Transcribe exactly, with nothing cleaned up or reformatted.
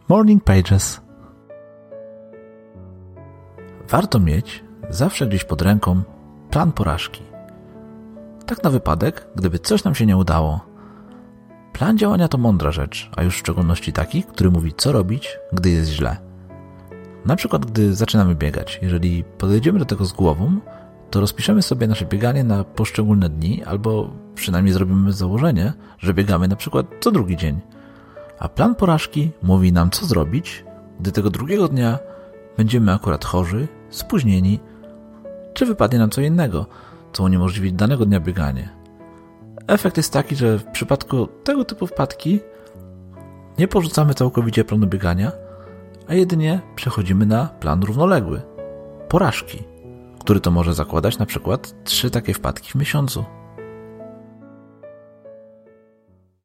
Morning Pages. Warto mieć zawsze gdzieś pod ręką plan porażki. Tak na wypadek, gdyby coś nam się nie udało. Plan działania to mądra rzecz, a już w szczególności taki, który mówi, co robić, gdy jest źle. Na przykład, gdy zaczynamy biegać. Jeżeli podejdziemy do tego z głową, to rozpiszemy sobie nasze bieganie na poszczególne dni, albo przynajmniej zrobimy założenie, że biegamy na przykład co drugi dzień. A plan porażki mówi nam, co zrobić, gdy tego drugiego dnia będziemy akurat chorzy, spóźnieni, czy wypadnie nam co innego, co uniemożliwi danego dnia bieganie. Efekt jest taki, że w przypadku tego typu wpadki nie porzucamy całkowicie planu biegania, a jedynie przechodzimy na plan równoległy, porażki, który to może zakładać na przykład trzy takie wpadki w miesiącu.